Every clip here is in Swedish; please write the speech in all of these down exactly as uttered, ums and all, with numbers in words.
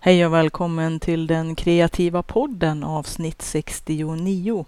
Hej och välkommen till den kreativa podden avsnitt sextionio.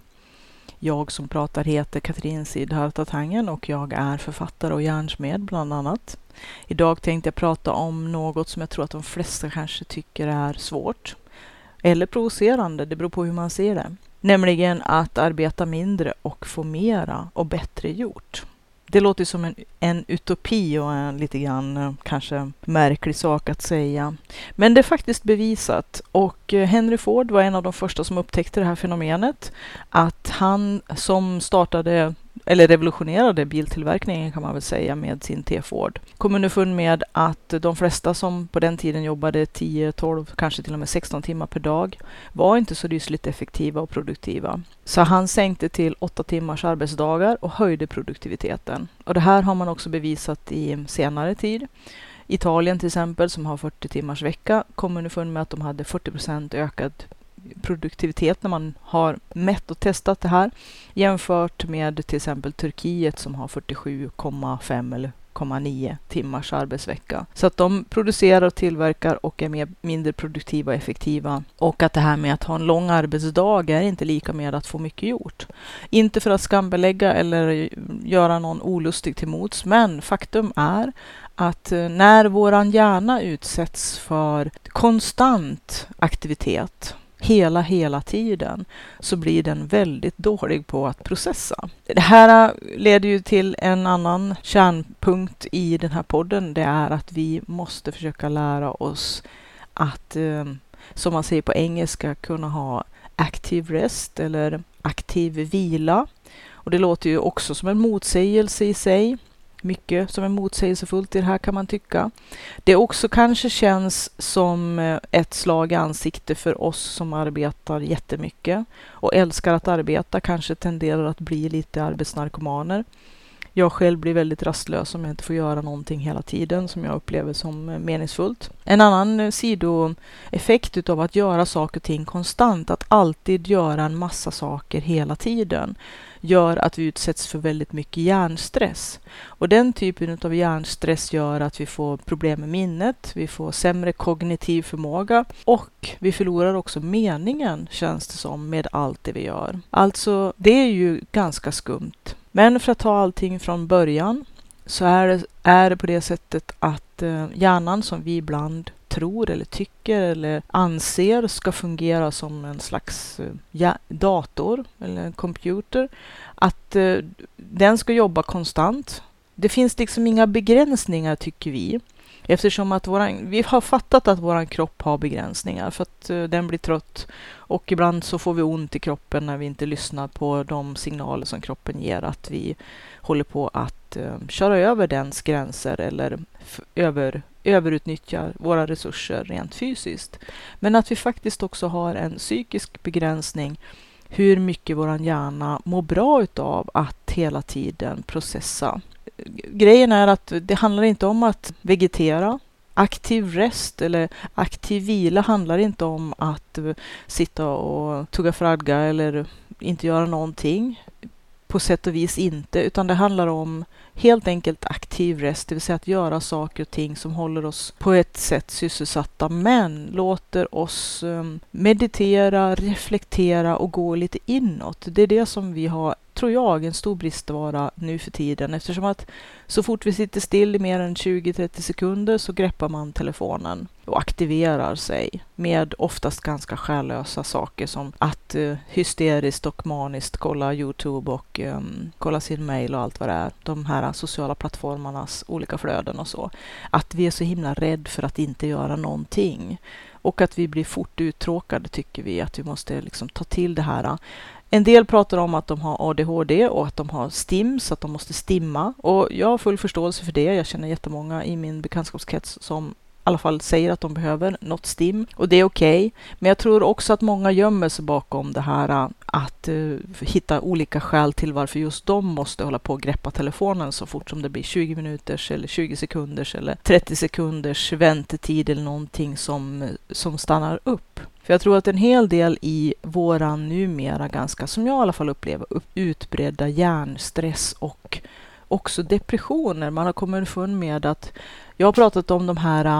Jag som pratar heter Katrin Sidharta Tangen och jag är författare och hjärnsmed bland annat. Idag tänkte jag prata om något som jag tror att de flesta kanske tycker är svårt eller provocerande, det beror på hur man ser det. Nämligen att arbeta mindre och få mera och bättre gjort. Det låter som en, en utopi och en lite grann kanske märklig sak att säga. Men det är faktiskt bevisat och Henry Ford var en av de första som upptäckte det här fenomenet. Att han som startade eller revolutionerade biltillverkningen kan man väl säga med sin T-Ford. Kom underfund med att de flesta som på den tiden jobbade tio, tolv, kanske till och med sexton timmar per dag var inte så rysligt effektiva och produktiva. Så han sänkte till åtta timmars arbetsdagar och höjde produktiviteten. Och det här har man också bevisat i senare tid. Italien till exempel som har fyrtio timmars vecka kom underfund med att de hade fyrtio procent ökad produktivitet när man har mätt och testat det här jämfört med till exempel Turkiet som har fyrtiosju komma fem eller komma nio timmars arbetsvecka. Så att de producerar och tillverkar och är mer, mindre produktiva och effektiva. Och att det här med att ha en lång arbetsdag är inte lika med att få mycket gjort. Inte för att skambelägga eller göra någon olustig till mots, men faktum är att när våran hjärna utsätts för konstant aktivitet hela, hela tiden så blir den väldigt dålig på att processa. Det här leder ju till en annan kärnpunkt i den här podden. Det är att vi måste försöka lära oss att, som man säger på engelska, kunna ha active rest eller aktiv vila. Och det låter ju också som en motsägelse i sig. Mycket som är motsägelsefullt i det här kan man tycka. Det också kanske känns som ett slag i ansikte för oss som arbetar jättemycket och älskar att arbeta, kanske tenderar att bli lite arbetsnarkomaner. Jag själv blir väldigt rastlös om jag inte får göra någonting hela tiden som jag upplever som meningsfullt. En annan sidoeffekt utav att göra saker och ting konstant, att alltid göra en massa saker hela tiden, gör att vi utsätts för väldigt mycket hjärnstress. Och den typen av hjärnstress gör att vi får problem med minnet, vi får sämre kognitiv förmåga och vi förlorar också meningen, känns det som, med allt det vi gör. Alltså, det är ju ganska skumt. Men för att ta allting från början så är det, är det på det sättet att eh, hjärnan som vi ibland tror eller tycker eller anser ska fungera som en slags eh, ja, dator eller en computer, att eh, den ska jobba konstant. Det finns liksom inga begränsningar tycker vi. Eftersom att våran, vi har fattat att våran kropp har begränsningar för att uh, den blir trött och ibland så får vi ont i kroppen när vi inte lyssnar på de signaler som kroppen ger att vi håller på att uh, köra över dens gränser eller f- över, överutnyttjar våra resurser rent fysiskt. Men att vi faktiskt också har en psykisk begränsning hur mycket våran hjärna mår bra utav att hela tiden processa. Grejen är att det handlar inte om att vegetera. Aktiv rest eller aktiv vila handlar inte om att sitta och tugga fradga eller inte göra någonting. På sätt och vis inte, utan det handlar om helt enkelt aktiv rest, det vill säga att göra saker och ting som håller oss på ett sätt sysselsatta men låter oss meditera, reflektera och gå lite inåt. Det är det som vi har, tror jag, en stor bristvara nu för tiden, eftersom att så fort vi sitter still i mer än tjugo till trettio sekunder så greppar man telefonen och aktiverar sig med oftast ganska själlösa saker som att uh, hysteriskt och maniskt kolla YouTube och um, kolla sin mail och allt vad det är. De här sociala plattformarnas olika flöden och så. Att vi är så himla rädd för att inte göra någonting. Och att vi blir fort uttråkade tycker vi att vi måste liksom ta till det här. En del pratar om att de har A D H D och att de har stim, så att de måste stimma. Och jag har full förståelse för det. Jag känner jättemånga i min bekantskapskrets som i alla fall säger att de behöver något stim. Och det är okej. Okay. Men jag tror också att många gömmer sig bakom det här att uh, hitta olika skäl till varför just de måste hålla på och greppa telefonen så fort som det blir tjugo minuters eller tjugo sekunders eller trettio sekunders väntetid eller någonting som, som stannar upp. För jag tror att en hel del i våran numera ganska, som jag i alla fall upplever, utbredda hjärnstress och också depressioner. Man har kommit underfund med att jag har pratat om de här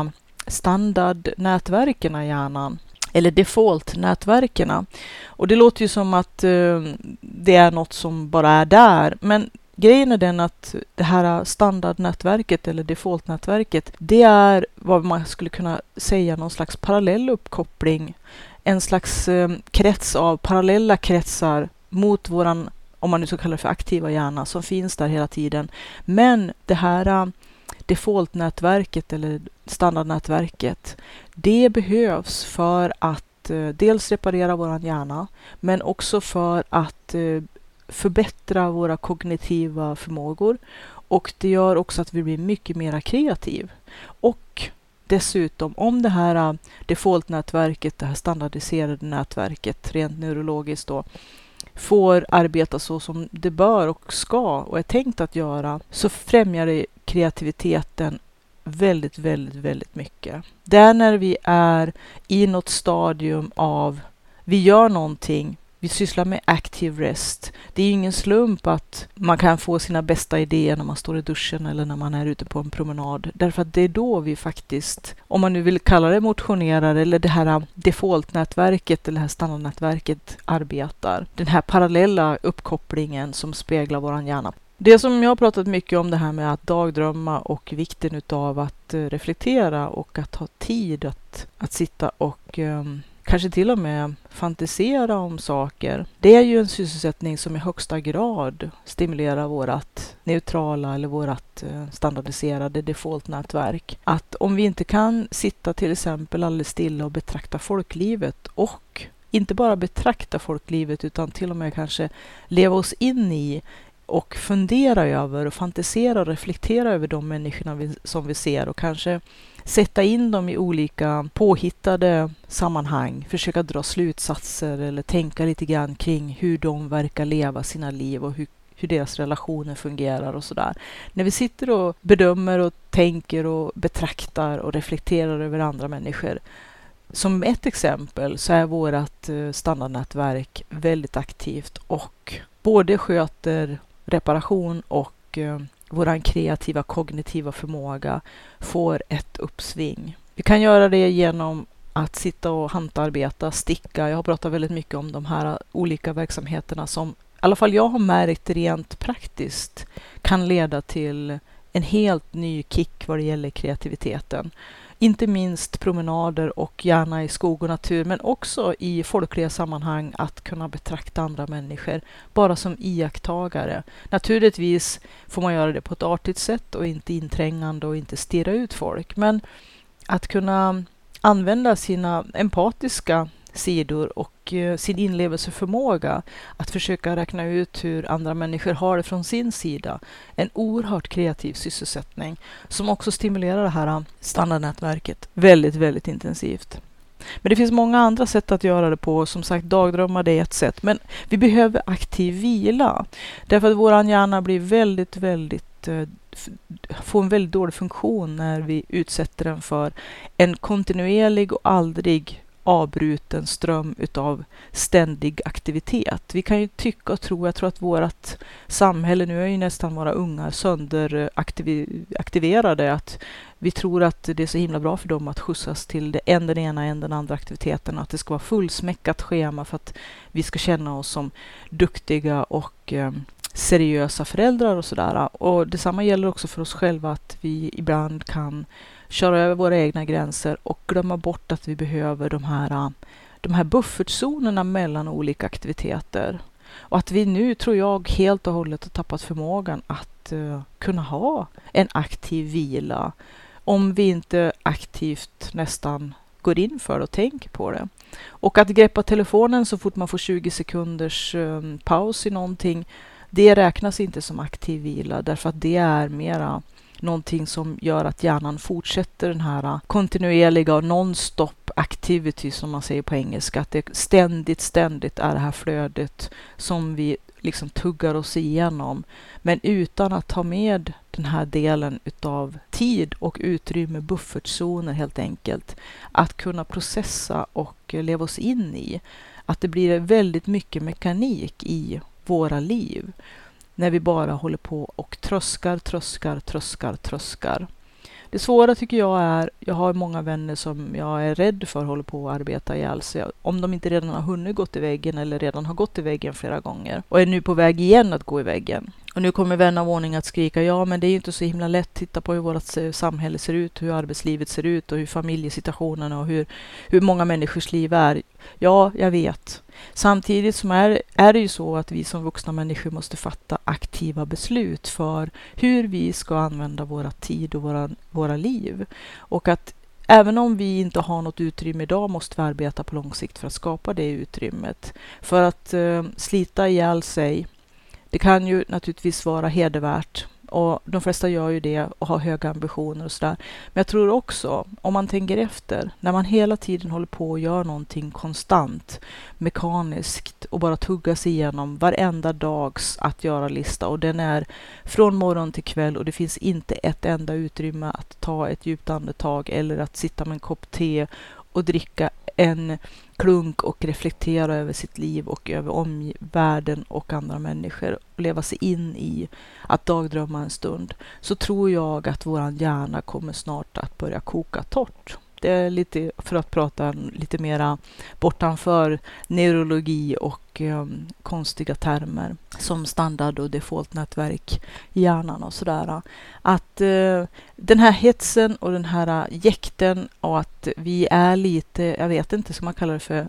standardnätverken i hjärnan. Eller default-nätverken. Och det låter ju som att eh, det är något som bara är där. Men grejen är den att det här standardnätverket eller default-nätverket, det är vad man skulle kunna säga någon slags parallell uppkoppling. En slags eh, krets av parallella kretsar mot våran, om man nu ska kalla det för aktiva hjärna, som finns där hela tiden. Men det här default-nätverket eller standardnätverket, det behövs för att eh, dels reparera våran hjärna, men också för att eh, förbättra våra kognitiva förmågor, och det gör också att vi blir mycket mer kreativ. Och dessutom, om det här default-nätverket, det här standardiserade nätverket, rent neurologiskt då, får arbeta så som det bör och ska och är tänkt att göra, så främjar det kreativiteten väldigt, väldigt, väldigt mycket. Det är när vi är i något stadium av, vi gör någonting, vi sysslar med active rest. Det är ju ingen slump att man kan få sina bästa idéer när man står i duschen eller när man är ute på en promenad. Därför att det är då vi faktiskt, om man nu vill kalla det motionerar eller det här default-nätverket eller det här standardnätverket arbetar. Den här parallella uppkopplingen som speglar våran hjärna. Det som jag har pratat mycket om, det här med att dagdrömma och vikten utav att reflektera och att ha tid att, att sitta och um, kanske till och med fantisera om saker. Det är ju en sysselsättning som i högsta grad stimulerar vårat neutrala eller vårat standardiserade default-nätverk. Att om vi inte kan sitta till exempel alldeles stilla och betrakta folklivet, och inte bara betrakta folklivet utan till och med kanske leva oss in i och fundera över och fantisera och reflektera över de människorna vi, som vi ser, och kanske sätta in dem i olika påhittade sammanhang, försöka dra slutsatser eller tänka lite grann kring hur de verkar leva sina liv och hur, hur deras relationer fungerar och sådär. När vi sitter och bedömer och tänker och betraktar och reflekterar över andra människor, som ett exempel, så är vårt standardnätverk väldigt aktivt och både sköter reparation och eh, våran kreativa kognitiva förmåga får ett uppsving. Vi kan göra det genom att sitta och hantarbeta, sticka. Jag har pratat väldigt mycket om de här olika verksamheterna som i alla fall jag har märkt rent praktiskt kan leda till en helt ny kick vad det gäller kreativiteten. Inte minst promenader och gärna i skog och natur, men också i folkliga sammanhang att kunna betrakta andra människor bara som iakttagare. Naturligtvis får man göra det på ett artigt sätt och inte inträngande och inte stirra ut folk, men att kunna använda sina empatiska sidor och eh, sin inlevelseförmåga att försöka räkna ut hur andra människor har det från sin sida. En oerhört kreativ sysselsättning som också stimulerar det här standardnätverket väldigt, väldigt intensivt. Men det finns många andra sätt att göra det på. Som sagt, dagdrömmar det är ett sätt. Men vi behöver aktiv vila. Därför att våran hjärna blir väldigt, väldigt eh, får en väldigt dålig funktion när vi utsätter den för en kontinuerlig och aldrig avbruten ström utav ständig aktivitet. Vi kan ju tycka och tro, jag tror att vårt samhälle, nu är ju nästan våra unga sönderaktiverade, att vi tror att det är så himla bra för dem att skjutsas till det en den ena en den andra aktiviteten, att det ska vara fullsmäckat schema för att vi ska känna oss som duktiga och eh, seriösa föräldrar och sådär. Och detsamma gäller också för oss själva, att vi ibland kan köra över våra egna gränser och glömma bort att vi behöver de här, de här buffertzonerna mellan olika aktiviteter. Och att vi nu, tror jag, helt och hållet har tappat förmågan att uh, kunna ha en aktiv vila. Om vi inte aktivt nästan går in för det och tänker på det. Och att greppa telefonen så fort man får tjugo sekunders um, paus i någonting, det räknas inte som aktiv vila, därför att det är mera någonting som gör att hjärnan fortsätter den här kontinuerliga och non-stop activity som man säger på engelska. Att det ständigt, ständigt är det här flödet som vi liksom tuggar oss igenom. Men utan att ta med den här delen utav tid och utrymme, buffertzoner helt enkelt. Att kunna processa och leva oss in i. Att det blir väldigt mycket mekanik i våra liv. När vi bara håller på och tröskar, tröskar, tröskar, tröskar. Det svåra tycker jag är, jag har många vänner som jag är rädd för håller på att arbeta ihjäl sig. Om de inte redan har hunnit gått i väggen eller redan har gått i väggen flera gånger och är nu på väg igen att gå i väggen. Och nu kommer vän av ordning att skrika, ja men det är ju inte så himla lätt, titta på hur vårt samhälle ser ut, hur arbetslivet ser ut och hur familjesituationen och hur, hur många människors liv är. Ja, jag vet. Samtidigt som är, är det ju så att vi som vuxna människor måste fatta aktiva beslut för hur vi ska använda våra tid och våra, våra liv. Och att även om vi inte har något utrymme idag måste vi arbeta på lång sikt för att skapa det utrymmet. För att eh, slita ihjäl sig, det kan ju naturligtvis vara hedervärt och de flesta gör ju det och har höga ambitioner och sådär. Men jag tror också, om man tänker efter, när man hela tiden håller på och gör någonting konstant, mekaniskt och bara tuggar sig igenom varenda dags att göra-lista och den är från morgon till kväll och det finns inte ett enda utrymme att ta ett djupt andetag eller att sitta med en kopp te och dricka en klunk och reflektera över sitt liv och över omvärlden och andra människor och leva sig in i att dagdrömma en stund, så tror jag att våran hjärna kommer snart att börja koka torrt. Det är lite, för att prata lite mera bortanför neurologi och eh, konstiga termer som standard och defaultnätverk i hjärnan och sådär. Att eh, den här hetsen och den här jäkten och att vi är lite, jag vet inte, ska man kalla det för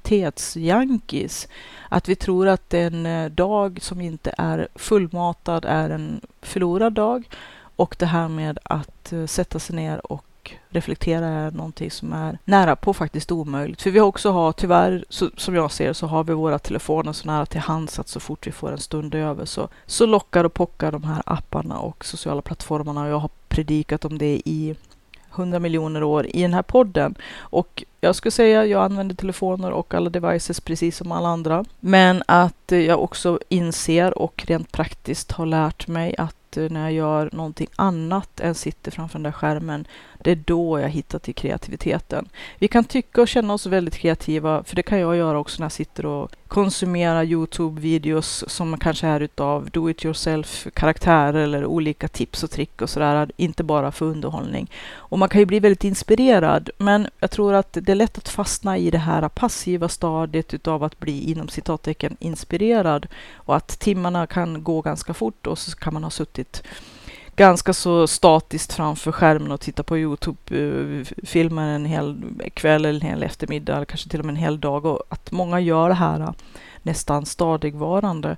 aktivitetsjankies. Att vi tror att en dag som inte är fullmatad är en förlorad dag och det här med att eh, sätta sig ner och reflektera är någonting som är nära på faktiskt omöjligt. För vi också har tyvärr, så, som jag ser, så har vi våra telefoner så nära till hands att så fort vi får en stund över så, så lockar och pockar de här apparna och sociala plattformarna. Och jag har predikat om det i hundra miljoner år i den här podden. Och jag skulle säga jag använder telefoner och alla devices precis som alla andra. Men att jag också inser och rent praktiskt har lärt mig att när jag gör någonting annat än sitter framför den där skärmen, det är då jag hittar till kreativiteten. Vi kan tycka och känna oss väldigt kreativa, för det kan jag göra också när jag sitter och konsumerar YouTube-videos som kanske är utav do-it-yourself-karaktär eller olika tips och trick och sådär, inte bara för underhållning. Och man kan ju bli väldigt inspirerad, men jag tror att det är lätt att fastna i det här passiva stadiet utav att bli inom citattecken inspirerad och att timmarna kan gå ganska fort och så kan man ha suttit ganska så statiskt framför skärmen och titta på YouTube-filmer en hel kväll eller en hel eftermiddag eller kanske till och med en hel dag, och att många gör det här nästan stadigvarande,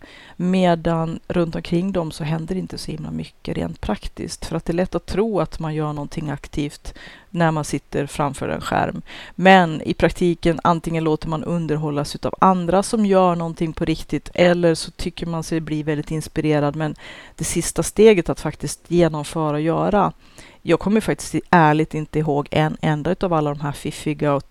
medan runt omkring dem så händer inte så himla mycket rent praktiskt, för att det är lätt att tro att man gör någonting aktivt när man sitter framför en skärm. Men i praktiken antingen låter man underhållas utav andra som gör någonting på riktigt, eller så tycker man sig bli väldigt inspirerad, men det sista steget att faktiskt genomföra och göra. Jag kommer faktiskt ärligt inte ihåg en enda av alla de här fiffiga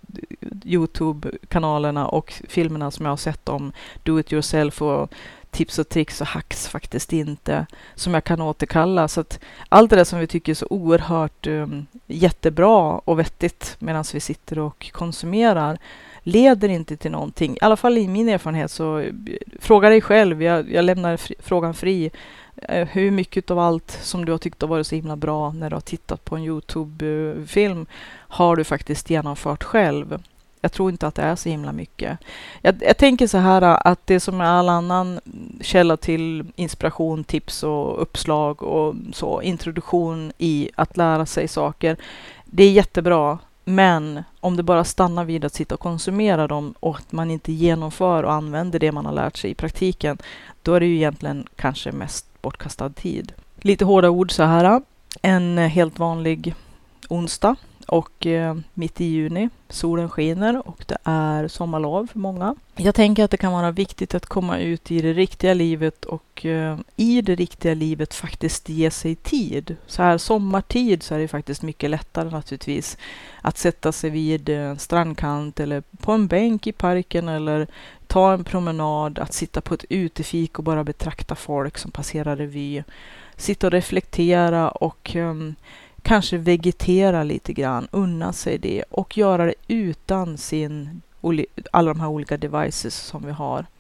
YouTube-kanalerna och filmerna som jag har sett om do-it-yourself och tips och tricks och hacks faktiskt inte, som jag kan återkalla. Så att allt det där som vi tycker är så oerhört um, jättebra och vettigt medan vi sitter och konsumerar leder inte till någonting. I alla fall i min erfarenhet, så fråga dig själv, jag, jag lämnar fri, frågan fri. Hur mycket av allt som du har tyckt har varit så himla bra när du har tittat på en YouTube-film har du faktiskt genomfört själv? Jag tror inte att det är så himla mycket. Jag, jag tänker så här att det som är all annan källa till inspiration, tips och uppslag och så, introduktion i att lära sig saker, det är jättebra. Men om det bara stannar vid att sitta och konsumera dem och att man inte genomför och använder det man har lärt sig i praktiken, då är det ju egentligen kanske mest bortkastad tid. Lite hårda ord så här. En helt vanlig onsdag och eh, mitt i juni. Solen skiner och det är sommarlov för många. Jag tänker att det kan vara viktigt att komma ut i det riktiga livet och eh, i det riktiga livet faktiskt ge sig tid. Så här sommartid så är det faktiskt mycket lättare naturligtvis att sätta sig vid en strandkant eller på en bänk i parken eller ta en promenad, att sitta på ett utefik och bara betrakta folk som passerar revy. Sitta och reflektera och um, kanske vegetera lite grann, unna sig det och göra det utan sin, alla de här olika devices som vi har.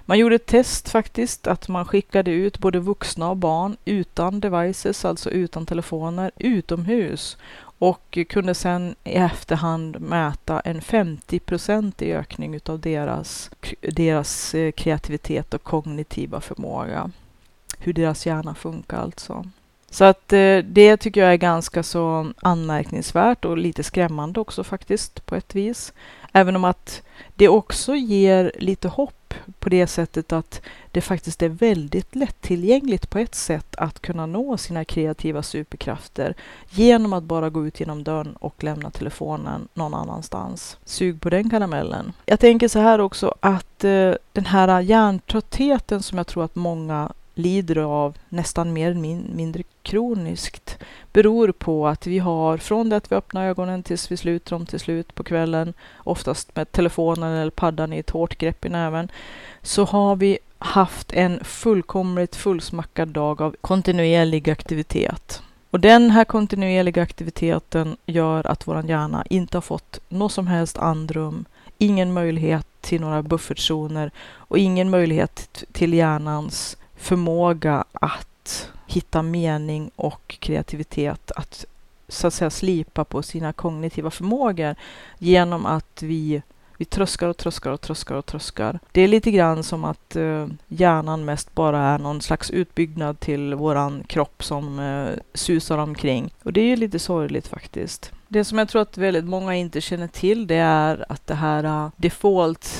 Man gjorde ett test faktiskt att man skickade ut både vuxna och barn utan devices, alltså utan telefoner, utomhus och kunde sedan i efterhand mäta en femtio procent i ökning utav deras, deras kreativitet och kognitiva förmåga. Hur deras hjärna funkar alltså. Så att eh, det tycker jag är ganska så anmärkningsvärt och lite skrämmande också faktiskt på ett vis. Även om att det också ger lite hopp på det sättet att det faktiskt är väldigt lättillgängligt på ett sätt att kunna nå sina kreativa superkrafter genom att bara gå ut genom dörren och lämna telefonen någon annanstans. Sug på den karamellen. Jag tänker så här också att eh, den här hjärntröttheten som jag tror att många lider av nästan mer eller min- mindre kroniskt beror på att vi har från det att vi öppnar ögonen tills vi sluter dem till slut på kvällen, oftast med telefonen eller paddan i ett hårt grepp i näven, så har vi haft en fullkomligt fullsmackad dag av kontinuerlig aktivitet. Och den här kontinuerliga aktiviteten gör att vår hjärna inte har fått något som helst andrum, ingen möjlighet till några buffertzoner och ingen möjlighet till hjärnans förmåga att hitta mening och kreativitet, att så att säga slipa på sina kognitiva förmågor genom att vi, vi tröskar och tröskar och tröskar och tröskar. Det är lite grann som att uh, hjärnan mest bara är någon slags utbyggnad till våran kropp som uh, susar omkring. Och det är ju lite sorgligt faktiskt. Det som jag tror att väldigt många inte känner till, det är att det här uh, default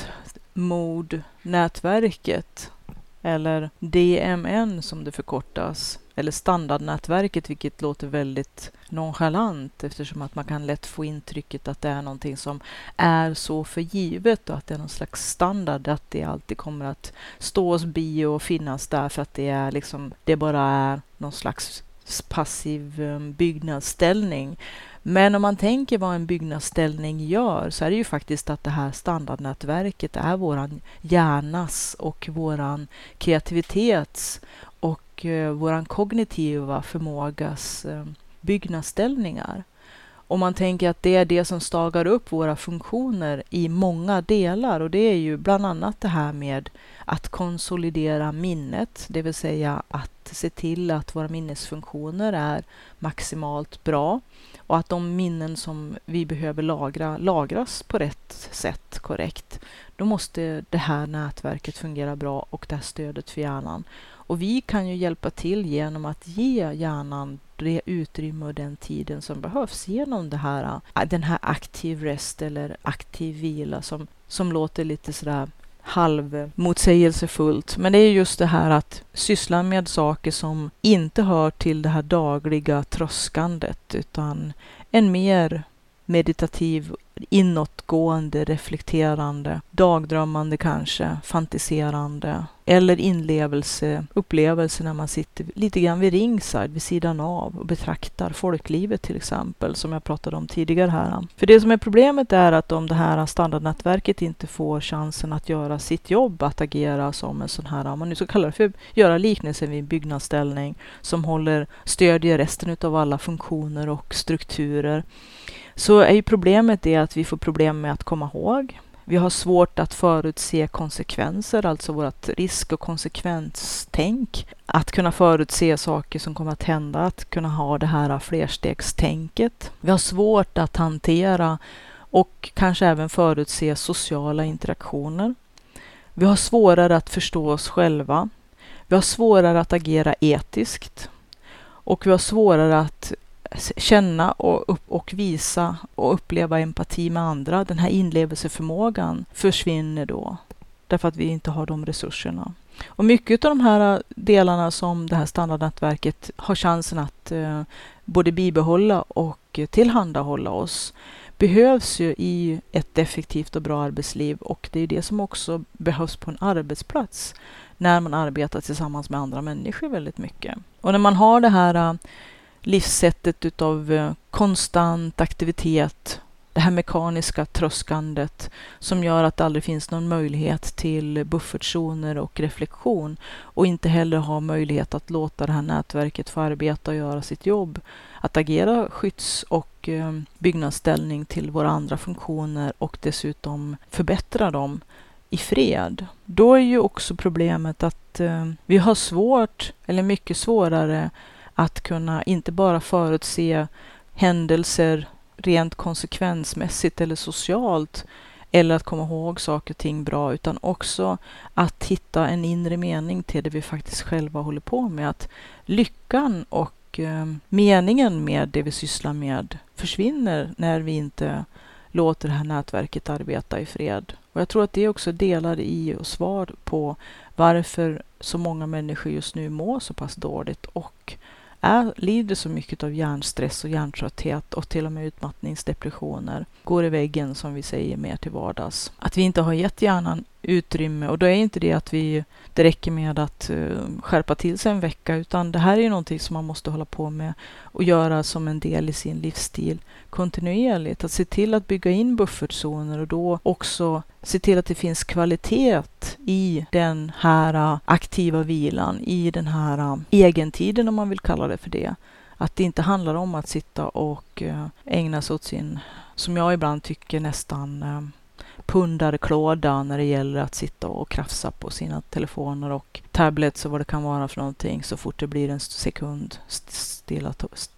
mode-nätverket eller D M N som det förkortas, eller standardnätverket, vilket låter väldigt nonchalant eftersom att man kan lätt få intrycket att det är någonting som är så för givet och att det är någon slags standard, att det alltid kommer att stå oss bi och finnas där för att det är liksom, det bara är någon slags passiv byggnadsställning. Men om man tänker vad en byggnadsställning gör så är det ju faktiskt att det här standardnätverket är våran hjärnas och våran kreativitets och eh, våran kognitiva förmågas eh, byggnadsställningar. Om man tänker att det är det som stagar upp våra funktioner i många delar, och det är ju bland annat det här med att konsolidera minnet, det vill säga att se till att våra minnesfunktioner är maximalt bra och att de minnen som vi behöver lagra lagras på rätt sätt, korrekt. Då måste det här nätverket fungera bra och det här stödet för hjärnan. Och vi kan ju hjälpa till genom att ge hjärnan det utrymme och den tiden som behövs genom det här, den här aktiv rest eller aktiv vila som, som låter lite sådär halvmotsägelsefullt. Men det är just det här att syssla med saker som inte hör till det här dagliga tröskandet utan en mer meditativ, inåtgående, reflekterande, dagdrömmande kanske, fantiserande eller inlevelse, upplevelse när man sitter lite grann vid ringside, vid sidan av och betraktar folklivet till exempel, som jag pratade om tidigare här. För det som är problemet är att om det här standardnätverket inte får chansen att göra sitt jobb, att agera som en sån här, om man nu ska kalla det för göra liknelsen vid en byggnadsställning som håller, stödjer resten av alla funktioner och strukturer, så är ju problemet det att vi får problem med att komma ihåg. Vi har svårt att förutse konsekvenser, alltså vårt risk- och konsekvenstänk. Att kunna förutse saker som kommer att hända, att kunna ha det här flerstegstänket. Vi har svårt att hantera och kanske även förutse sociala interaktioner. Vi har svårare att förstå oss själva. Vi har svårare att agera etiskt. Och vi har svårare att känna och, upp, och visa och uppleva empati med andra. Den här inlevelseförmågan försvinner då därför att vi inte har de resurserna. Och mycket av de här delarna som det här standardnätverket har chansen att eh, både bibehålla och tillhandahålla oss behövs ju i ett effektivt och bra arbetsliv, och det är det som också behövs på en arbetsplats när man arbetar tillsammans med andra människor väldigt mycket. Och när man har det här livssättet utav konstant aktivitet, det här mekaniska tröskandet som gör att det aldrig finns någon möjlighet till buffertzoner och reflektion, och inte heller ha möjlighet att låta det här nätverket få arbeta och göra sitt jobb, att agera skydds- och byggnadsställning till våra andra funktioner och dessutom förbättra dem. i fred. Då är ju också problemet att eh, vi har svårt, eller mycket svårare, att kunna inte bara förutse händelser rent konsekvensmässigt eller socialt, eller att komma ihåg saker och ting bra, utan också att hitta en inre mening till det vi faktiskt själva håller på med. Att lyckan och eh, meningen med det vi sysslar med försvinner när vi inte låter det här nätverket arbeta i fred. Och jag tror att det också delar i och svar på varför så många människor just nu mår så pass dåligt och är, lider så mycket av hjärnstress och hjärntrötthet och till och med utmattningsdepressioner. Går i väggen, som vi säger, mer till vardags. Att vi inte har gett hjärnan utrymme, och då är inte det att vi, det räcker med att uh, skärpa till sig en vecka, utan det här är ju någonting som man måste hålla på med och göra som en del i sin livsstil kontinuerligt. Att se till att bygga in buffertzoner och då också se till att det finns kvalitet i den här aktiva vilan, i den här egentiden, om man vill kalla det för det. Att det inte handlar om att sitta och uh, ägna sig åt sin, som jag ibland tycker, nästan uh, pundarklåda när det gäller att sitta och krafsa på sina telefoner och tablets och vad det kan vara för någonting så fort det blir en sekund stilla,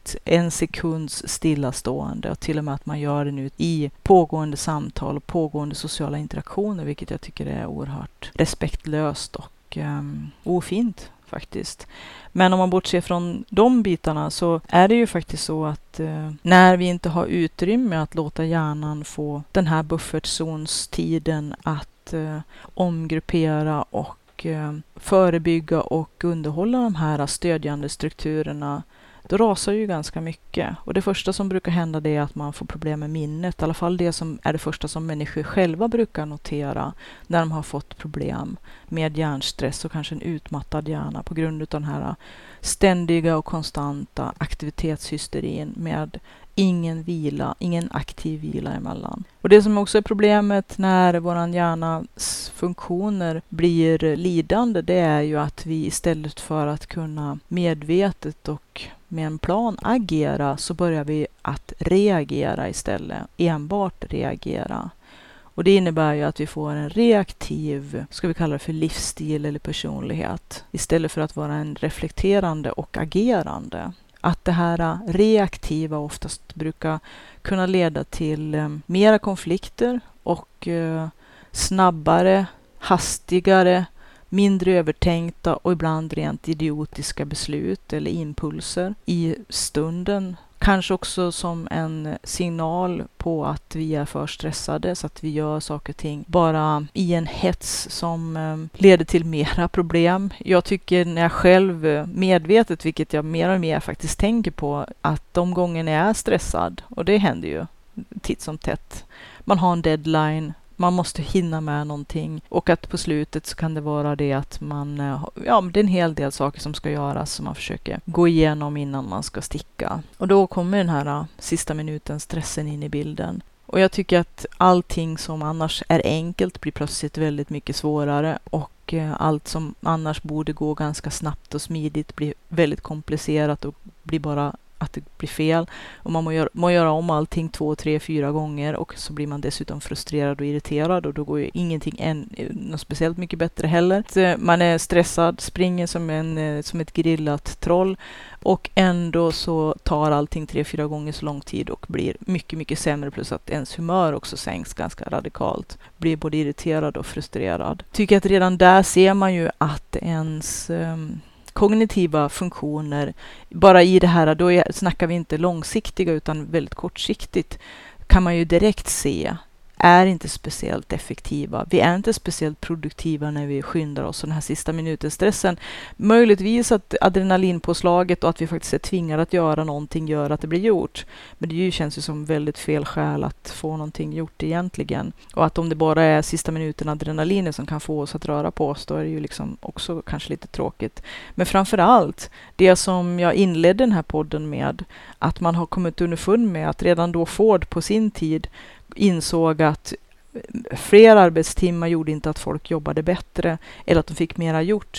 en sekunds stillastående, och till och med att man gör det nu i pågående samtal och pågående sociala interaktioner, vilket jag tycker är oerhört respektlöst och um, ofint faktiskt. Men om man bortser från de bitarna så är det ju faktiskt så att eh, när vi inte har utrymme att låta hjärnan få den här buffertzonstiden att eh, omgruppera och eh, förebygga och underhålla de här stödjande strukturerna, då rasar ju ganska mycket. Och det första som brukar hända det är att man får problem med minnet. I alla fall det som är det första som människor själva brukar notera när de har fått problem med hjärnstress och kanske en utmattad hjärna på grund av den här ständiga och konstanta aktivitetshysterin med ingen vila, ingen aktiv vila emellan. Och det som också är problemet när våran hjärnas funktioner blir lidande, det är ju att vi istället för att kunna medvetet och med en plan agera, så börjar vi att reagera istället. Enbart reagera. Och det innebär ju att vi får en reaktiv, ska vi kalla det för livsstil eller personlighet, istället för att vara en reflekterande och agerande. Att det här reaktiva oftast brukar kunna leda till eh, mera konflikter och eh, snabbare, hastigare, mindre övertänkta och ibland rent idiotiska beslut eller impulser i stunden. Kanske också som en signal på att vi är för stressade, så att vi gör saker och ting bara i en hets som eh, leder till mera problem. Jag tycker när jag själv medvetet, vilket jag mer och mer faktiskt tänker på, att de gångerna jag är stressad, och det händer ju titt som tätt, man har en deadline, man måste hinna med någonting, och att på slutet så kan det vara det att man, ja, det är en hel del saker som ska göras som man försöker gå igenom innan man ska sticka. Och då kommer den här sista minuten stressen in i bilden. Och jag tycker att allting som annars är enkelt blir plötsligt väldigt mycket svårare, och allt som annars borde gå ganska snabbt och smidigt blir väldigt komplicerat och blir bara att det blir fel, och man må göra, må göra om allting två, tre, fyra gånger, och så blir man dessutom frustrerad och irriterad, och då går ju ingenting än, något speciellt mycket bättre heller. Så man är stressad, springer som, en, som ett grillat troll, och ändå så tar allting tre, fyra gånger så lång tid och blir mycket, mycket sämre, plus att ens humör också sänks ganska radikalt. Blir både irriterad och frustrerad. Tycker att redan där ser man ju att ens um, kognitiva funktioner, bara i det här, då är, snackar vi inte långsiktiga utan väldigt kortsiktigt, kan man ju direkt se är inte speciellt effektiva. Vi är inte speciellt produktiva när vi skyndar oss. Och den här sista minuten stressen, möjligtvis att adrenalinpåslaget och att vi faktiskt är tvingade att göra någonting gör att det blir gjort. Men det ju känns ju som väldigt fel skäl att få någonting gjort egentligen. Och att om det bara är sista minuten adrenaliner som kan få oss att röra på oss, då är det ju liksom också kanske lite tråkigt. Men framför allt, det som jag inledde den här podden med, att man har kommit underfund med att redan då Ford på sin tid insåg att fler arbetstimmar gjorde inte att folk jobbade bättre eller att de fick mera gjort.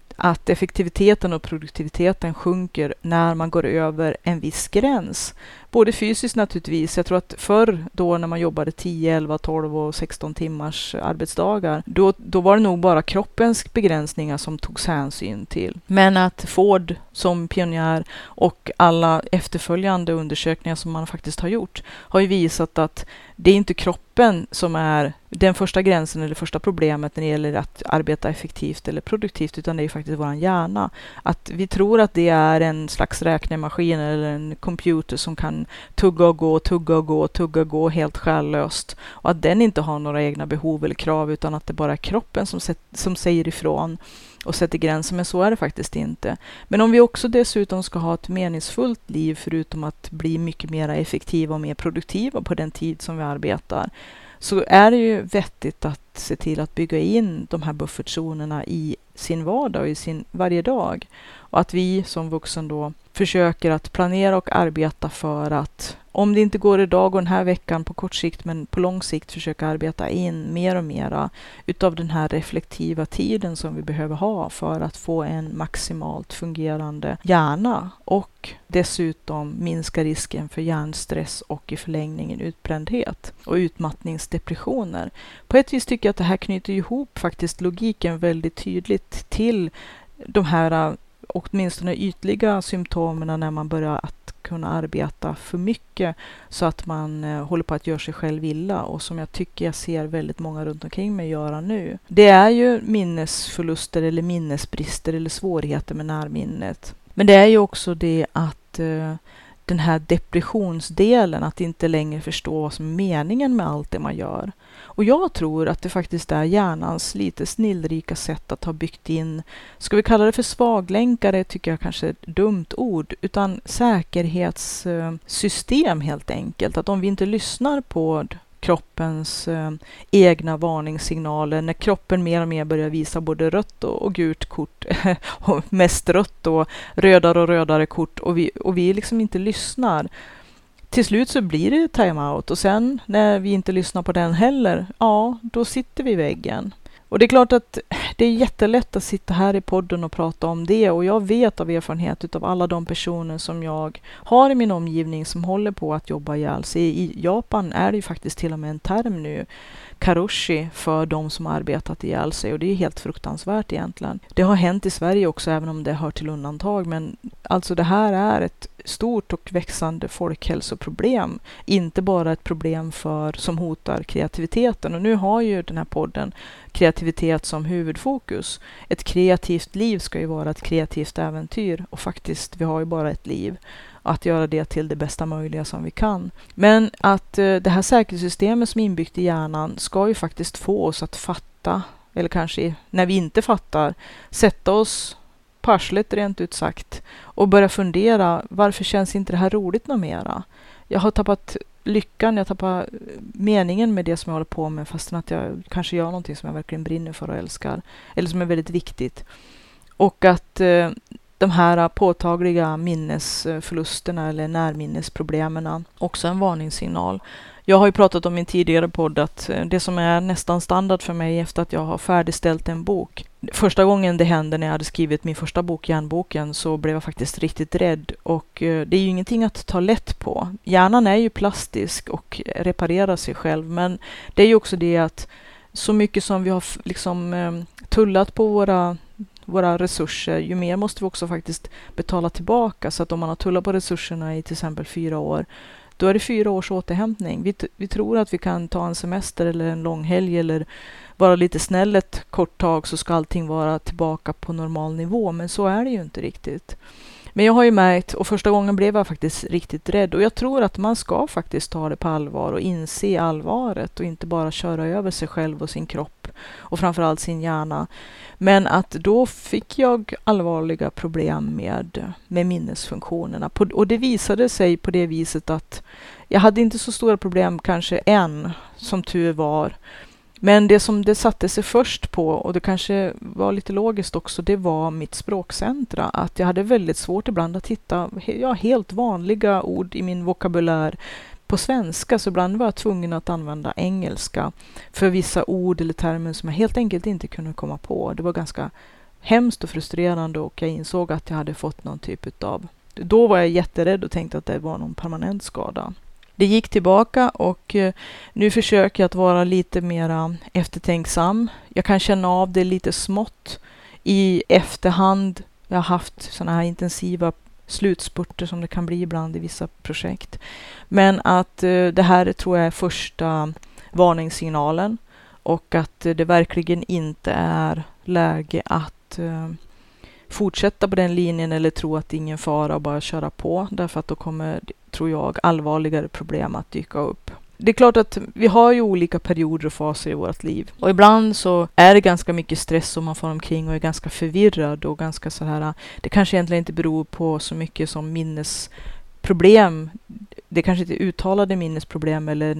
att effektiviteten och produktiviteten sjunker när man går över en viss gräns. Både fysiskt naturligtvis. Jag tror att förr då när man jobbade tio, elva, tolv och sexton timmars arbetsdagar, då, då var det nog bara kroppens begränsningar som togs hänsyn till. Men att Ford som pionjär och alla efterföljande undersökningar som man faktiskt har gjort har ju visat att det är inte kroppen som är den första gränsen eller första problemet när det gäller att arbeta effektivt eller produktivt, utan det är faktiskt vår hjärna. Att vi tror att det är en slags räknemaskin eller en computer som kan tugga och gå, tugga och gå, tugga och gå helt själlöst. Och att den inte har några egna behov eller krav, utan att det bara är kroppen som, som säger ifrån och sätter gränser. Men så är det faktiskt inte. Men om vi också dessutom ska ha ett meningsfullt liv, förutom att bli mycket mer effektiva och mer produktiva på den tid som vi arbetar, så är det ju vettigt att se till att bygga in de här buffertzonerna i sin vardag och i sin varje dag. Och att vi som vuxen då försöker att planera och arbeta för att, om det inte går idag och den här veckan på kort sikt, men på lång sikt försöka arbeta in mer och mera utav den här reflektiva tiden som vi behöver ha för att få en maximalt fungerande hjärna och dessutom minska risken för hjärnstress och i förlängningen utbrändhet och utmattningsdepressioner. På ett vis tycker jag att det här knyter ihop faktiskt logiken väldigt tydligt till de här åtminstone ytliga symptomen när man börjar att kunna arbeta för mycket så att man eh, håller på att göra sig själv illa, och som jag tycker jag ser väldigt många runt omkring mig göra nu. Det är ju minnesförluster eller minnesbrister eller svårigheter med närminnet. Men det är ju också det att eh, den här depressionsdelen, att inte längre förstå vad som är meningen med allt det man gör. Och jag tror att det faktiskt är hjärnans lite snillrika sätt att ha byggt in, ska vi kalla det för svaglänkare, tycker jag kanske är ett dumt ord, utan säkerhetssystem helt enkelt. Att om vi inte lyssnar på kroppens eh, egna varningssignaler, när kroppen mer och mer börjar visa både rött och, och gult kort, och mest rött och rödare och rödare kort, och vi, och vi liksom inte lyssnar. Till slut så blir det time-out, och sen när vi inte lyssnar på den heller, ja, då sitter vi i väggen. Och det är klart att det är jättelätt att sitta här i podden och prata om det, och jag vet av erfarenhet av alla de personer som jag har i min omgivning som håller på att jobba ihjäl sig. I Japan är det ju faktiskt till och med en term nu, karoshi, för de som har arbetat ihjäl sig, och det är helt fruktansvärt egentligen. Det har hänt i Sverige också, även om det hör till undantag, men alltså det här är ett stort och växande folkhälsoproblem, inte bara ett problem för som hotar kreativiteten. Och nu har ju den här podden kreativitet som huvudfokus. Ett kreativt liv ska ju vara ett kreativt äventyr, och faktiskt, vi har ju bara ett liv. Att göra det till det bästa möjliga som vi kan. Men att eh, det här säkerhetssystemet som är inbyggt i hjärnan ska ju faktiskt få oss att fatta, eller kanske när vi inte fattar, sätta oss på arslet rent ut sagt och börja fundera, varför känns inte det här roligt något mera? Jag har tappat lyckan, jag har tappat meningen med det som jag håller på med, fastän att jag kanske gör någonting som jag verkligen brinner för och älskar, eller som är väldigt viktigt. Och att eh, de här påtagliga minnesförlusterna eller närminnesproblemen också en varningssignal. Jag har ju pratat om i en tidigare podd att det som är nästan standard för mig efter att jag har färdigställt en bok. Första gången det hände när jag hade skrivit min första bok, Hjärnboken, så blev jag faktiskt riktigt rädd. Och det är ju ingenting att ta lätt på. Hjärnan är ju plastisk och reparerar sig själv. Men det är ju också det att så mycket som vi har liksom tullat på våra våra resurser, ju mer måste vi också faktiskt betala tillbaka. Så att om man har tullat på resurserna i till exempel fyra år, då är det fyra års återhämtning. Vi, t- vi tror att vi kan ta en semester eller en lång helg eller vara lite snäll ett kort tag, så ska allting vara tillbaka på normal nivå. Men så är det ju inte riktigt. Men jag har ju märkt, och första gången blev jag faktiskt riktigt rädd. Och jag tror att man ska faktiskt ta det på allvar och inse allvaret och inte bara köra över sig själv och sin kropp och framförallt sin hjärna. Men att då fick jag allvarliga problem med, med minnesfunktionerna. På, och det visade sig på det viset att jag hade inte så stora problem kanske än, som tur var. Men det som det satte sig först på, och det kanske var lite logiskt också, det var mitt språkcentra. Att jag hade väldigt svårt ibland att hitta ja, helt vanliga ord i min vokabulär på svenska. Så ibland var jag tvungen att använda engelska för vissa ord eller termer som jag helt enkelt inte kunde komma på. Det var ganska hemskt och frustrerande och jag insåg att jag hade fått någon typ av... Då var jag jätterädd och tänkte att det var någon permanent skada. Det gick tillbaka och nu försöker jag att vara lite mera eftertänksam. Jag kan känna av det lite smått i efterhand. Jag har haft sådana här intensiva slutspurter som det kan bli ibland i vissa projekt. Men att det här tror jag är första varningssignalen och att det verkligen inte är läge att fortsätta på den linjen eller tro att det är ingen fara och bara köra på. Därför att då kommer, tror jag, allvarligare problem att dyka upp. Det är klart att vi har ju olika perioder och faser i vårt liv. Och ibland så är det ganska mycket stress om man får omkring och är ganska förvirrad och ganska så här. Det kanske egentligen inte beror på så mycket som minnesproblem. Det kanske inte är uttalade minnesproblem eller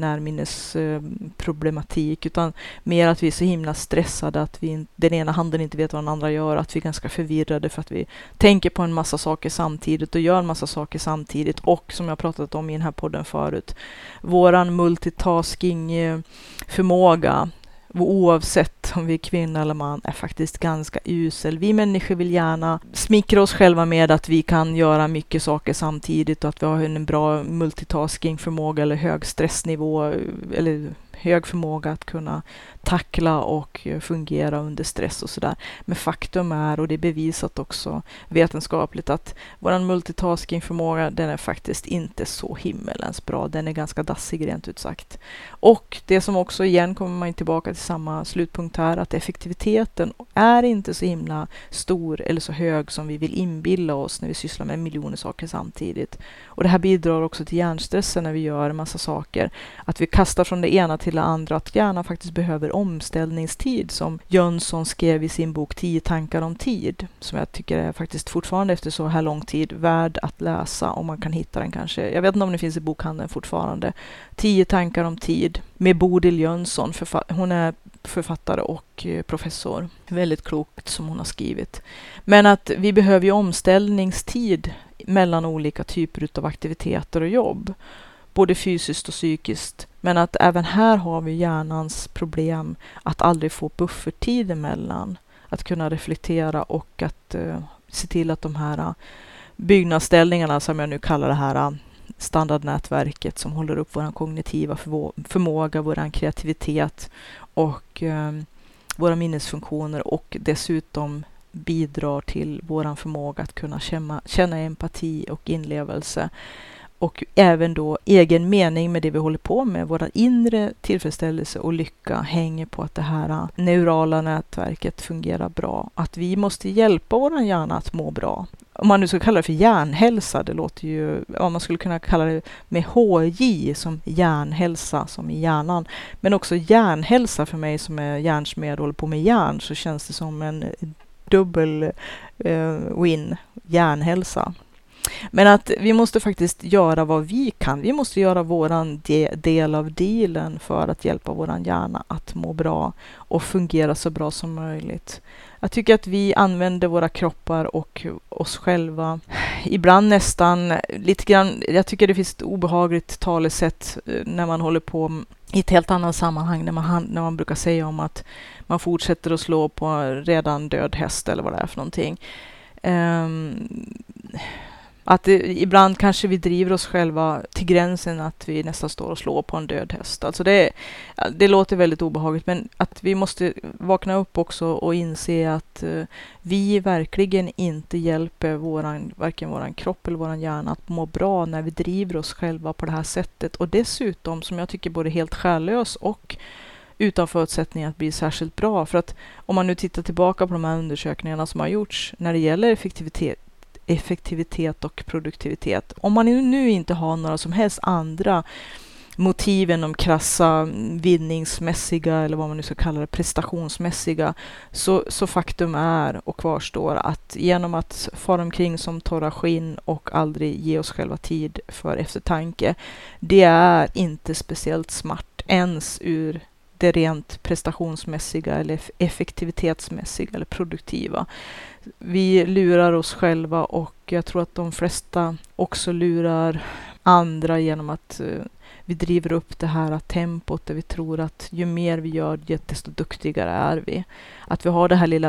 närminnesproblematik utan mer att vi är så himla stressade att vi, den ena handen inte vet vad den andra gör, att vi är ganska förvirrade för att vi tänker på en massa saker samtidigt och gör en massa saker samtidigt och som jag pratat om i den här podden förut, våran multitasking förmåga oavsett om vi är kvinna eller man är faktiskt ganska usel. Vi människor vill gärna smickra oss själva med att vi kan göra mycket saker samtidigt och att vi har en bra multitasking-förmåga eller hög stressnivå eller hög förmåga att kunna tackla och fungera under stress och sådär. Men faktum är, och det är bevisat också vetenskapligt, att vår multitasking-förmåga den är faktiskt inte så himmelens bra. Den är ganska dassig rent ut sagt. Och det som också igen kommer man tillbaka till samma slutpunkt här, att effektiviteten är inte så himla stor eller så hög som vi vill inbilla oss när vi sysslar med miljoner saker samtidigt. Och det här bidrar också till hjärnstressen när vi gör en massa saker. Att vi kastar från det ena till det andra, att hjärnan faktiskt behöver omställningstid som Jönsson skrev i sin bok tio tankar om tid, som jag tycker är faktiskt fortfarande efter så här lång tid värd att läsa om man kan hitta den kanske. Jag vet inte om det finns i bokhandeln fortfarande. tio tankar om tid med Bodil Jönsson. Hon är författare och professor. Väldigt klokt som hon har skrivit. Men att vi behöver ju omställningstid mellan olika typer av aktiviteter och jobb. Både fysiskt och psykiskt. Men att även här har vi hjärnans problem att aldrig få buffertid emellan. Att kunna reflektera och att uh, se till att de här uh, byggnadsställningarna, som jag nu kallar det här uh, standardnätverket som håller upp vår kognitiva förvå- förmåga, vår kreativitet och uh, våra minnesfunktioner och dessutom bidrar till vår förmåga att kunna känna, känna empati och inlevelse. Och även då egen mening med det vi håller på med. Vår inre tillfredsställelse och lycka hänger på att det här neurala nätverket fungerar bra. Att vi måste hjälpa vår hjärna att må bra. Om man nu ska kalla det för hjärnhälsa, det låter ju, ja, man skulle kunna kalla det med H J som hjärnhälsa, som i hjärnan. Men också hjärnhälsa för mig som är hjärnsmed och håller på med hjärn, så känns det som en dubbel eh, win, hjärnhälsa. Men att vi måste faktiskt göra vad vi kan. Vi måste göra våran de- del av dealen för att hjälpa våran hjärna att må bra och fungera så bra som möjligt. Jag tycker att vi använder våra kroppar och oss själva ibland nästan lite grann. Jag tycker det finns ett obehagligt talesätt när man håller på i ett helt annat sammanhang när man, när man brukar säga om att man fortsätter att slå på en redan död häst eller vad det är för någonting. Um, Att det, ibland kanske vi driver oss själva till gränsen att vi nästan står och slår på en död häst. Alltså det, det låter väldigt obehagligt, men att vi måste vakna upp också och inse att uh, vi verkligen inte hjälper våran, varken våran kropp eller våran hjärna att må bra när vi driver oss själva på det här sättet. Och dessutom, som jag tycker både helt själlös och utan förutsättningar att bli särskilt bra. För att om man nu tittar tillbaka på de här undersökningarna som har gjorts när det gäller effektivitet effektivitet och produktivitet. Om man nu inte har några som helst andra motiv än de krassa vinningsmässiga eller vad man nu ska kalla det, prestationsmässiga, så, så faktum är och kvarstår att genom att fara omkring som torra skinn och aldrig ge oss själva tid för eftertanke, det är inte speciellt smart ens ur det rent prestationsmässiga eller effektivitetsmässiga eller produktiva. Vi lurar oss själva och jag tror att de flesta också lurar andra genom att uh, vi driver upp det här tempot där vi tror att ju mer vi gör desto duktigare är vi. Att vi har det här lilla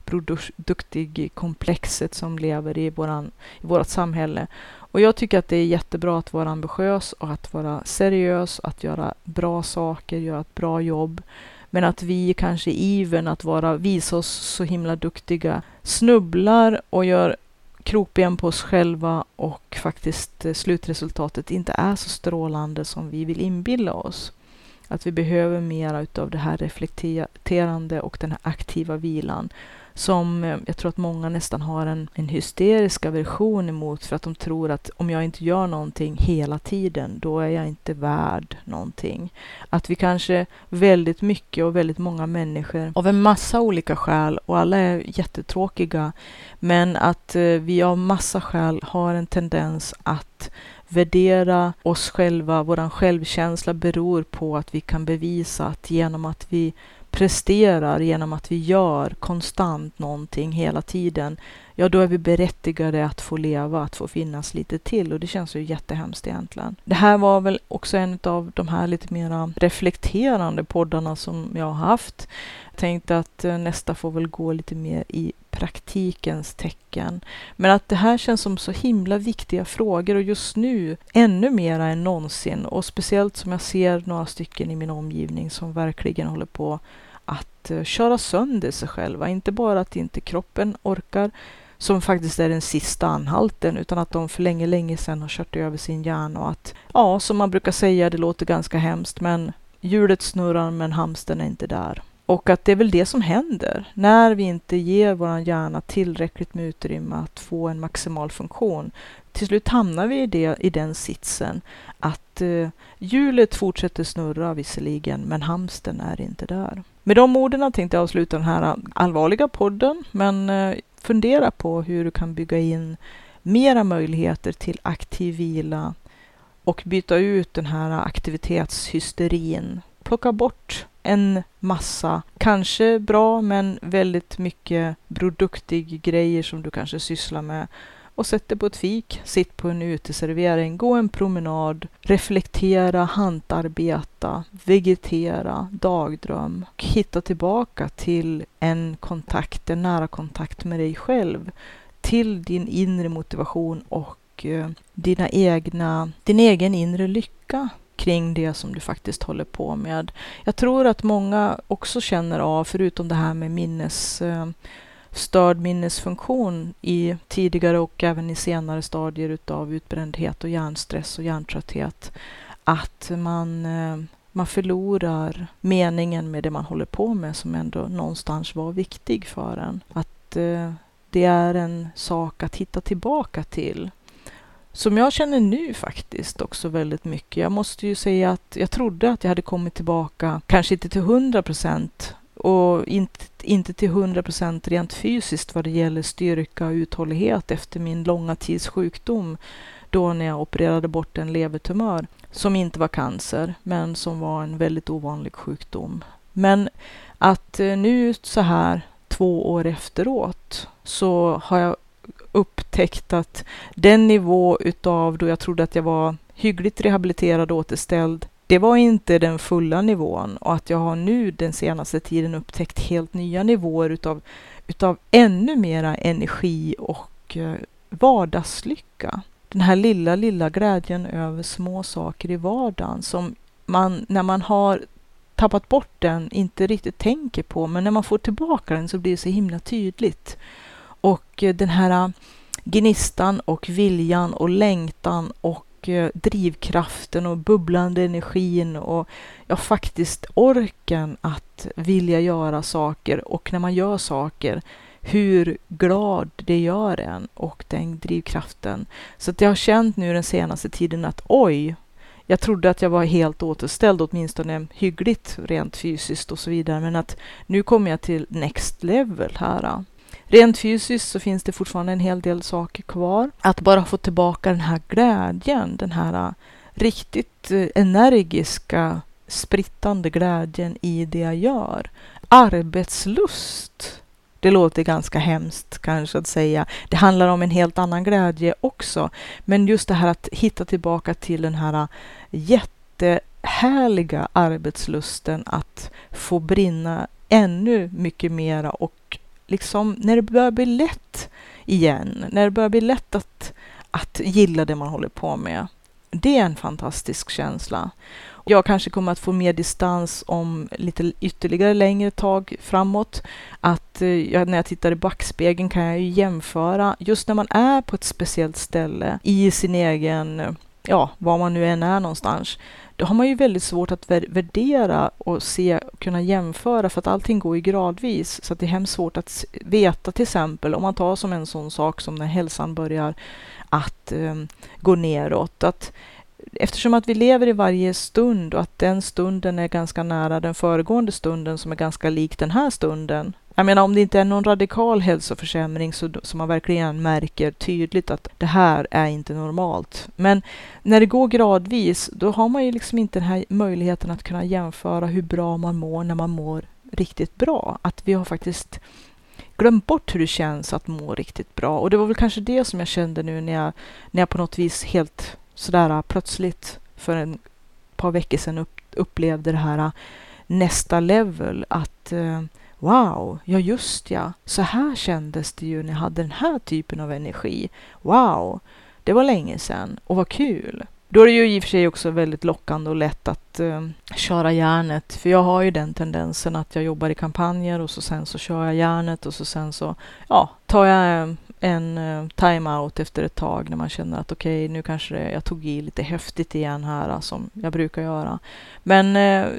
produktig komplexet som lever i, våran, i vårt samhälle. Och jag tycker att det är jättebra att vara ambitiös och att vara seriös, att göra bra saker, göra ett bra jobb. Men att vi kanske i ivern att vara, visa oss så himla duktiga snubblar och gör krokben på oss själva och faktiskt slutresultatet inte är så strålande som vi vill inbilla oss. Att vi behöver mera utav det här reflekterande och den här aktiva vilan som jag tror att många nästan har en, en hysterisk aversion emot, för att de tror att om jag inte gör någonting hela tiden, då är jag inte värd någonting. Att vi kanske väldigt mycket och väldigt många människor av en massa olika skäl, och alla är jättetråkiga, men att eh, vi av massa skäl har en tendens att värdera oss själva, våran självkänsla beror på att vi kan bevisa att genom att vi presterar, genom att vi gör konstant någonting hela tiden, ja då är vi berättigade att få leva, att få finnas lite till, och det känns ju jättehemskt egentligen. Det här var väl också en av de här lite mera reflekterande poddarna som jag har haft. Jag tänkte att nästa får väl gå lite mer i praktikens tecken. Men att det här känns som så himla viktiga frågor, och just nu ännu mera än någonsin, och speciellt som jag ser några stycken i min omgivning som verkligen håller på att uh, köra sönder sig själva. Inte bara att inte kroppen orkar, som faktiskt är den sista anhalten, utan att de för länge, länge sedan har kört över sin hjärna, och att, ja, som man brukar säga, det låter ganska hemskt, men hjulet snurrar men hamstern är inte där. Och att det är väl det som händer när vi inte ger vår hjärna tillräckligt med utrymme att få en maximal funktion. Till slut hamnar vi i, det, i den sitsen att eh, hjulet fortsätter snurra visserligen, men hamstern är inte där. Med de orden tänkte jag avsluta den här allvarliga podden, men eh, fundera på hur du kan bygga in mera möjligheter till aktiv vila och byta ut den här aktivitetshysterin. Plocka bort en massa, kanske bra men väldigt mycket produktig grejer som du kanske sysslar med, och sätt dig på ett fik, sitt på en uteservering, gå en promenad, reflektera, handarbeta, vegetera, dagdröm och hitta tillbaka till en kontakt, en nära kontakt med dig själv, till din inre motivation och eh, dina egna, din egen inre lycka kring det som du faktiskt håller på med. Jag tror att många också känner av, förutom det här med minnes, störd minnesfunktion i tidigare och även i senare stadier utav utbrändhet och hjärnstress och hjärntrötthet, att man, man förlorar meningen med det man håller på med som ändå någonstans var viktig för en. Att det är en sak att hitta tillbaka till. Som jag känner nu faktiskt också väldigt mycket. Jag måste ju säga att jag trodde att jag hade kommit tillbaka, kanske inte till hundra procent och inte, inte till hundra procent rent fysiskt vad det gäller styrka och uthållighet efter min långa tids sjukdom, då när jag opererade bort en levertumör som inte var cancer men som var en väldigt ovanlig sjukdom. Men att nu så här två år efteråt så har jag upptäckt att den nivå utav då jag trodde att jag var hyggligt rehabiliterad och återställd, det var inte den fulla nivån, och att jag har nu den senaste tiden upptäckt helt nya nivåer utav, utav ännu mera energi och eh, vardagslycka. Den här lilla, lilla glädjen över små saker i vardagen som man, när man har tappat bort den, inte riktigt tänker på, men när man får tillbaka den så blir det så himla tydligt. Och den här gnistan och viljan och längtan och drivkraften och bubblande energin och ja, faktiskt orken att vilja göra saker, och när man gör saker, hur glad det gör en, och den drivkraften. Så att jag har känt nu den senaste tiden att oj, jag trodde att jag var helt återställd, åtminstone hyggligt rent fysiskt och så vidare, men att nu kommer jag till next level här. Rent fysiskt så finns det fortfarande en hel del saker kvar. Att bara få tillbaka den här glädjen, den här riktigt energiska, sprittande glädjen i det jag gör. Arbetslust. Det låter ganska hemskt kanske att säga. Det handlar om en helt annan glädje också. Men just det här att hitta tillbaka till den här jättehärliga arbetslusten, att få brinna ännu mycket mera och liksom, när det börjar bli lätt igen, när det börjar bli lätt att, att gilla det man håller på med. Det är en fantastisk känsla. Jag kanske kommer att få mer distans om lite ytterligare längre tag framåt. Att eh, jag, när jag tittar i backspegeln kan jag ju jämföra just när man är på ett speciellt ställe i sin egen, ja, var man nu än är någonstans. Då har man ju väldigt svårt att värdera och se, kunna jämföra, för att allting går ju gradvis. Så att det är hemskt svårt att veta, till exempel om man tar som en sån sak som när hälsan börjar att eh, gå neråt. Att eftersom att vi lever i varje stund och att den stunden är ganska nära den föregående stunden som är ganska lik den här stunden. Jag menar, om det inte är någon radikal hälsoförsämring så, så man verkligen märker tydligt att det här är inte normalt. Men när det går gradvis, då har man ju liksom inte den här möjligheten att kunna jämföra hur bra man mår när man mår riktigt bra. Att vi har faktiskt glömt bort hur det känns att må riktigt bra. Och det var väl kanske det som jag kände nu när jag, när jag på något vis helt sådär plötsligt för en par veckor sedan upp, upplevde det här nästa level. Att eh, wow, ja just ja, så här kändes det ju när jag hade den här typen av energi. Wow, det var länge sedan och vad kul. Då är det ju i och för sig också väldigt lockande och lätt att eh, köra järnet. För jag har ju den tendensen att jag jobbar i kampanjer och så sen så kör jag järnet och så sen så ja, tar jag en uh, time-out efter ett tag när man känner att okej, okay, nu kanske det, jag tog i lite häftigt igen här uh, som jag brukar göra. Men uh,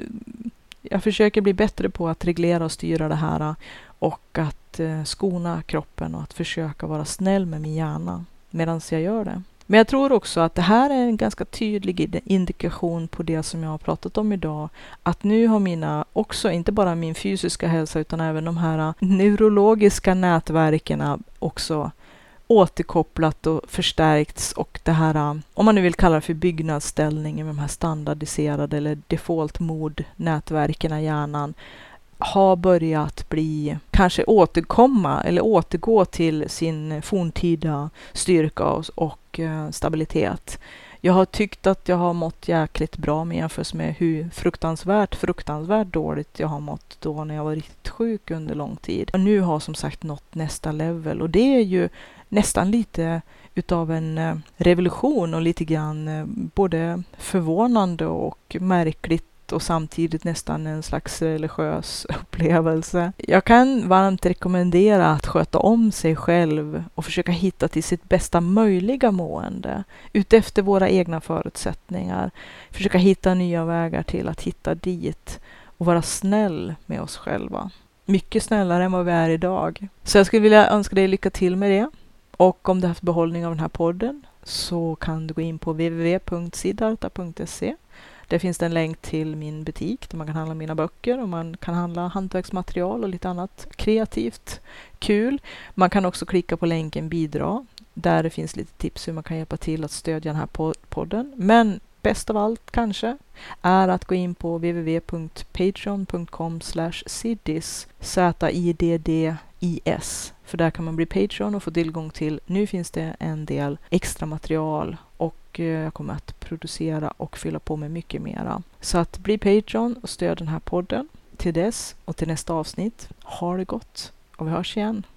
jag försöker bli bättre på att reglera och styra det här uh, och att uh, skona kroppen och att försöka vara snäll med min hjärna medan jag gör det. Men jag tror också att det här är en ganska tydlig indikation på det som jag har pratat om idag. Att nu har mina, också inte bara min fysiska hälsa utan även de här neurologiska nätverken också återkopplat och förstärkts. Och det här, om man nu vill kalla det för byggnadsställningen med de här standardiserade eller default mode-nätverken i hjärnan, har börjat bli, kanske återkomma eller återgå till sin forntida styrka och, och eh, stabilitet. Jag har tyckt att jag har mått jäkligt bra med jämfört med hur fruktansvärt, fruktansvärt dåligt jag har mått då när jag var riktigt sjuk under lång tid. Och nu har som sagt nått nästa level och det är ju nästan lite utav en eh, revolution och lite grann eh, både förvånande och märkligt och samtidigt nästan en slags religiös upplevelse. Jag kan varmt rekommendera att sköta om sig själv och försöka hitta till sitt bästa möjliga mående utefter våra egna förutsättningar. Försöka hitta nya vägar till att hitta dit och vara snäll med oss själva. Mycket snällare än vad vi är idag. Så jag skulle vilja önska dig lycka till med det. Och om du har haft behållning av den här podden så kan du gå in på w w w punkt siddharta punkt se. Där finns det en länk till min butik där man kan handla mina böcker och man kan handla hantverksmaterial och lite annat kreativt kul. Man kan också klicka på länken bidra där det finns lite tips hur man kan hjälpa till att stödja den här podden. Men bäst av allt kanske är att gå in på w w w punkt patreon punkt com slash siddis z i d d i s för där kan man bli Patreon och få tillgång till, nu finns det en del extra material och jag kommer att producera och fylla på med mycket mera. Så att bli Patreon och stöd den här podden till dess och till nästa avsnitt. Ha det gott och vi hörs igen.